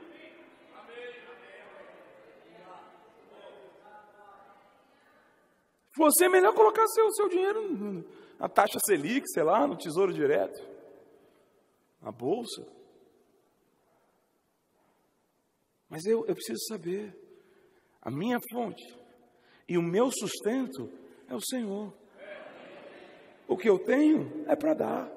Speaker 2: Você é melhor colocar seu, seu dinheiro na taxa Selic, sei lá, no Tesouro Direto, na bolsa. Mas eu, eu preciso saber, a minha fonte e o meu sustento é o Senhor. O que eu tenho é para dar.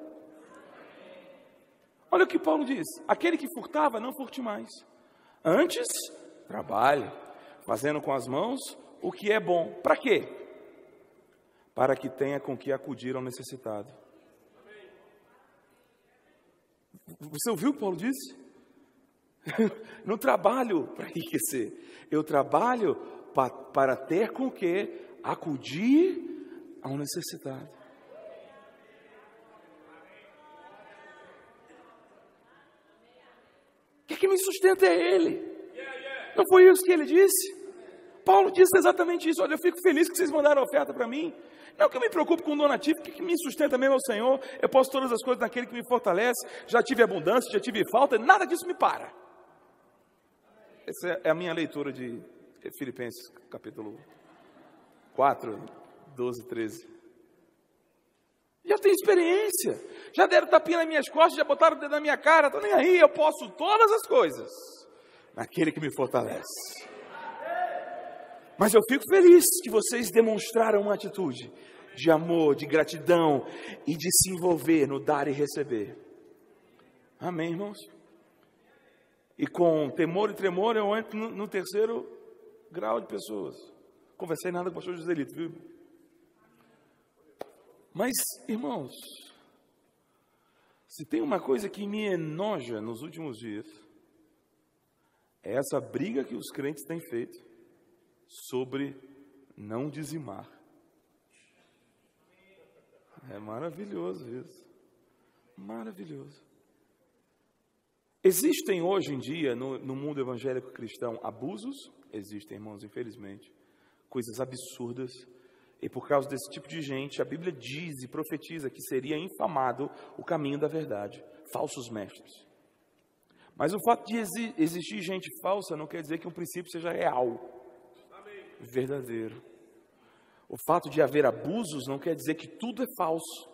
Speaker 2: Olha o que Paulo diz: aquele que furtava, não furte mais. Antes, trabalhe, fazendo com as mãos o que é bom. Para quê? Para que tenha com que acudir ao necessitado. Você ouviu o que Paulo disse? Não trabalho para enriquecer, eu trabalho pa, para ter com que acudir ao necessitado. O que, é que me sustenta é Ele. Não foi isso que ele disse? Paulo disse exatamente isso. Olha, eu fico feliz que vocês mandaram a oferta para mim. Não que eu me preocupe com o donativo, que me sustenta mesmo é o Senhor. Eu posso todas as coisas naquele que me fortalece. Já tive abundância, já tive falta, nada disso me para. Essa é a minha leitura de Filipenses, capítulo quatro, doze, treze. Já tenho experiência, já deram tapinha nas minhas costas, já botaram o dedo na minha cara, estou nem aí, eu posso todas as coisas naquele que me fortalece. Mas eu fico feliz que vocês demonstraram uma atitude de amor, de gratidão e de se envolver no dar e receber. Amém, irmãos? E com temor e tremor eu entro no, no terceiro grau de pessoas. Conversei nada com o pastor Joselito, viu? Mas, irmãos, se tem uma coisa que me enoja nos últimos dias, é essa briga que os crentes têm feito sobre não dizimar. É maravilhoso isso. Maravilhoso. Existem hoje em dia, no, no mundo evangélico cristão, abusos? Existem, irmãos, infelizmente. Coisas absurdas. E por causa desse tipo de gente, a Bíblia diz e profetiza que seria infamado o caminho da verdade. Falsos mestres. Mas o fato de exi- existir gente falsa não quer dizer que um princípio seja real. Verdadeiro. O fato de haver abusos não quer dizer que tudo é falso.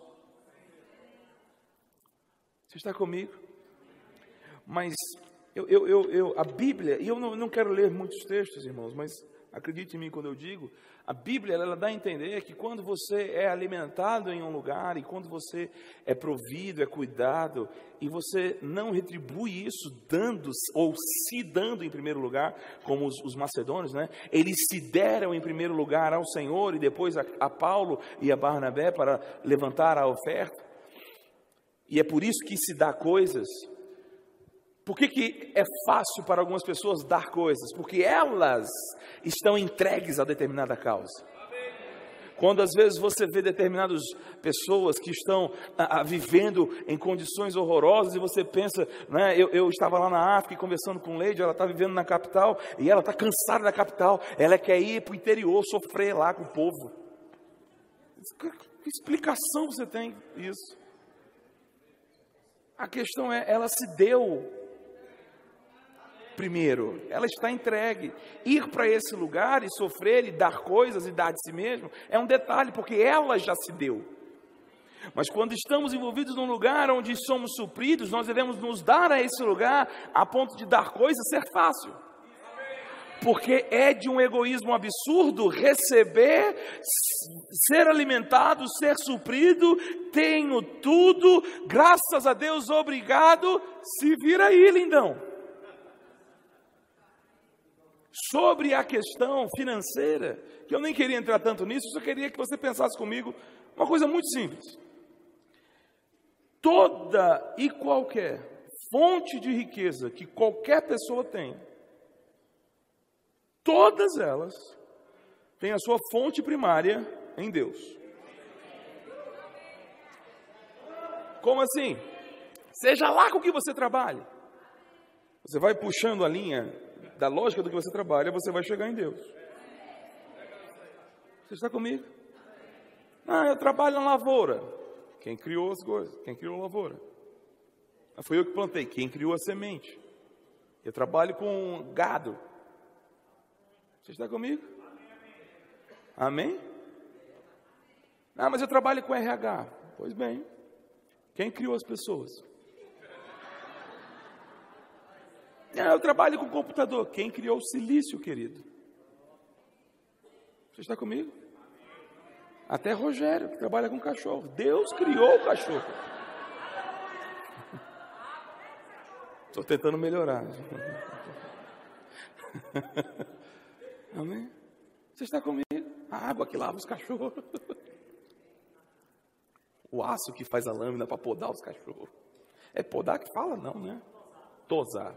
Speaker 2: Você está comigo? Mas eu, eu, eu, eu, a Bíblia, e eu não, não quero ler muitos textos, irmãos, mas acredite em mim quando eu digo, a Bíblia ela dá a entender que quando você é alimentado em um lugar e quando você é provido, é cuidado, e você não retribui isso dando ou se dando em primeiro lugar, como os, os macedônios, né? Eles se deram em primeiro lugar ao Senhor e depois a, a Paulo e a Barnabé para levantar a oferta. E é por isso que se dá coisas. Por que que é fácil para algumas pessoas dar coisas? Porque elas estão entregues a determinada causa. Quando às vezes você vê determinadas pessoas que estão a, a, vivendo em condições horrorosas e você pensa, né, eu, eu estava lá na África conversando com Leide, ela está vivendo na capital e ela está cansada da capital, ela quer ir para o interior, sofrer lá com o povo. Que explicação você tem isso? A questão é, ela se deu primeiro, ela está entregue. Ir para esse lugar e sofrer e dar coisas e dar de si mesmo é um detalhe, porque ela já se deu. Mas quando estamos envolvidos num lugar onde somos supridos, nós devemos nos dar a esse lugar a ponto de dar coisas ser fácil. Porque é de um egoísmo absurdo receber, ser alimentado, ser suprido, tenho tudo, graças a Deus, obrigado, se vira aí, lindão. Sobre a questão financeira, que eu nem queria entrar tanto nisso, eu só queria que você pensasse comigo uma coisa muito simples. Toda e qualquer fonte de riqueza que qualquer pessoa tem, todas elas têm a sua fonte primária em Deus. Como assim? Seja lá com o que você trabalhe, você vai puxando a linha da lógica do que você trabalha, você vai chegar em Deus. Você está comigo? Ah, eu trabalho na lavoura. Quem criou as coisas? Quem criou a lavoura? Ah, foi eu que plantei. Quem criou a semente? Eu trabalho com gado. Você está comigo? Amém? Ah, mas eu trabalho com R H. Pois bem. Quem criou as pessoas? Ah, eu trabalho com computador. Quem criou o silício, querido? Você está comigo? Até Rogério, que trabalha com cachorro. Deus criou o cachorro. Estou tentando melhorar. Amém? Você está comigo? A água que lava os cachorros. O aço que faz a lâmina para podar os cachorros. É podar que fala? Não, né? Tosar.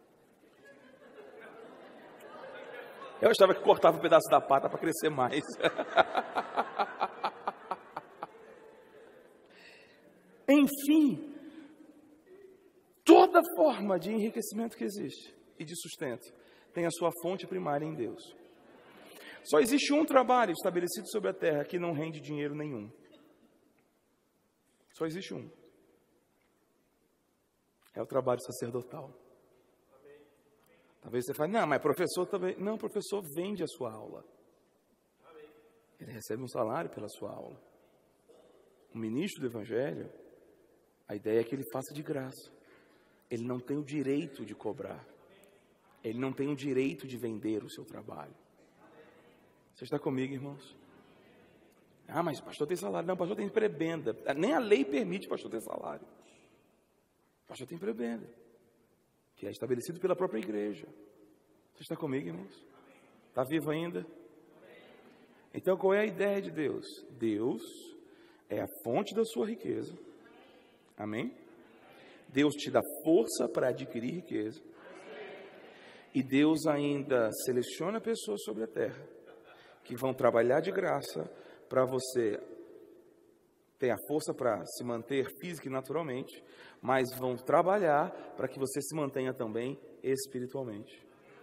Speaker 2: Eu achava que cortava um pedaço da pata para crescer mais. Enfim, toda forma de enriquecimento que existe e de sustento tem a sua fonte primária em Deus. Só existe um trabalho estabelecido sobre a terra que não rende dinheiro nenhum. Só existe um. É o trabalho sacerdotal. Talvez você fale, não, mas professor também. Não, o professor vende a sua aula. Ele recebe um salário pela sua aula. O ministro do Evangelho, a ideia é que ele faça de graça. Ele não tem o direito de cobrar. Ele não tem o direito de vender o seu trabalho. Você está comigo, irmãos? Ah, mas o pastor tem salário. Não, o pastor tem prebenda. Nem a lei permite o pastor ter salário. O pastor tem prebenda, que é estabelecido pela própria igreja. Você está comigo, irmãos? Está vivo ainda? Então, qual é a ideia de Deus? Deus é a fonte da sua riqueza. Amém? Deus te dá força para adquirir riqueza. E Deus ainda seleciona pessoas sobre a terra que vão trabalhar de graça para você ter a força para se manter física e naturalmente, mas vão trabalhar para que você se mantenha também espiritualmente.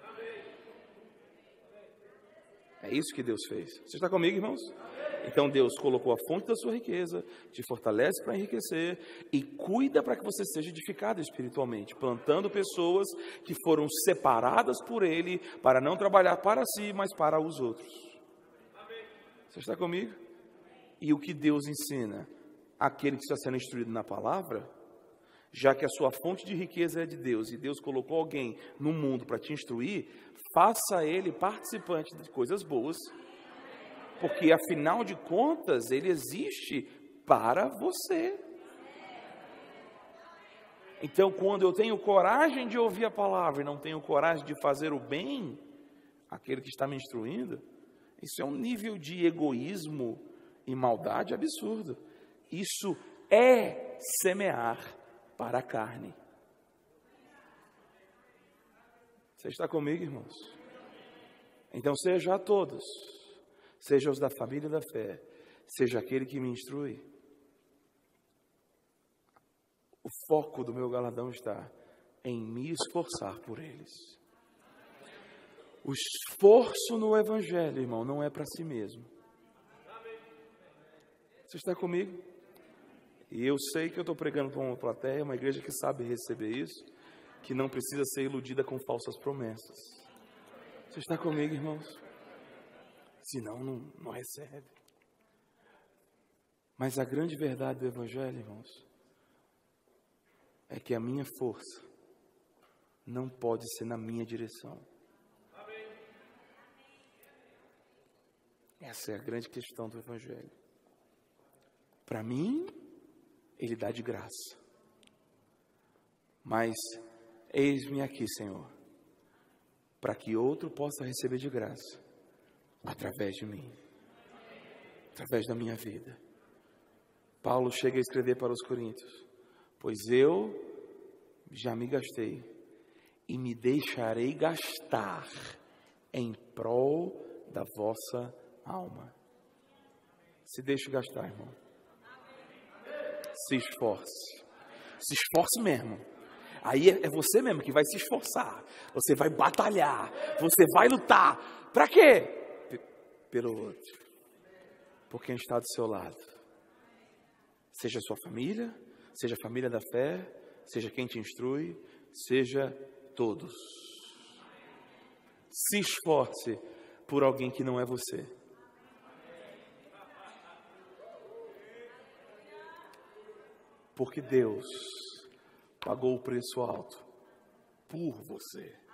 Speaker 2: É isso que Deus fez. Você está comigo, irmãos? Então Deus colocou a fonte da sua riqueza, te fortalece para enriquecer e cuida para que você seja edificado espiritualmente, plantando pessoas que foram separadas por Ele para não trabalhar para si, mas para os outros. Você está comigo? E o que Deus ensina? Aquele que está sendo instruído na palavra, já que a sua fonte de riqueza é de Deus e Deus colocou alguém no mundo para te instruir, faça ele participante de coisas boas, porque afinal de contas ele existe para você. Então, quando eu tenho coragem de ouvir a palavra e não tenho coragem de fazer o bem àquele que está me instruindo, isso é um nível de egoísmo e maldade absurdo. Isso é semear para a carne. Você está comigo, irmãos? Então, seja a todos, seja os da família da fé, seja aquele que me instrui. O foco do meu galardão está em me esforçar por eles. O esforço no Evangelho, irmão, não é para si mesmo. Você está comigo? E eu sei que eu estou pregando para uma plateia, uma igreja que sabe receber isso, que não precisa ser iludida com falsas promessas. Você está comigo, irmãos? Senão, não, não recebe. Mas a grande verdade do Evangelho, irmãos, é que a minha força não pode ser na minha direção. Essa é a grande questão do Evangelho. Para mim, Ele dá de graça. Mas, eis-me aqui, Senhor, para que outro possa receber de graça, através de mim, através da minha vida. Paulo chega a escrever para os Coríntios: pois eu já me gastei e me deixarei gastar em prol da vossa alma. Se deixe gastar, irmão. Se esforce. Se esforce mesmo. Aí é você mesmo que vai se esforçar. Você vai batalhar. Você vai lutar. Para quê? P- pelo outro. Por quem está do seu lado. Seja sua família, seja a família da fé, seja quem te instrui, seja todos. Se esforce por alguém que não é você. Porque Deus pagou o preço alto por você.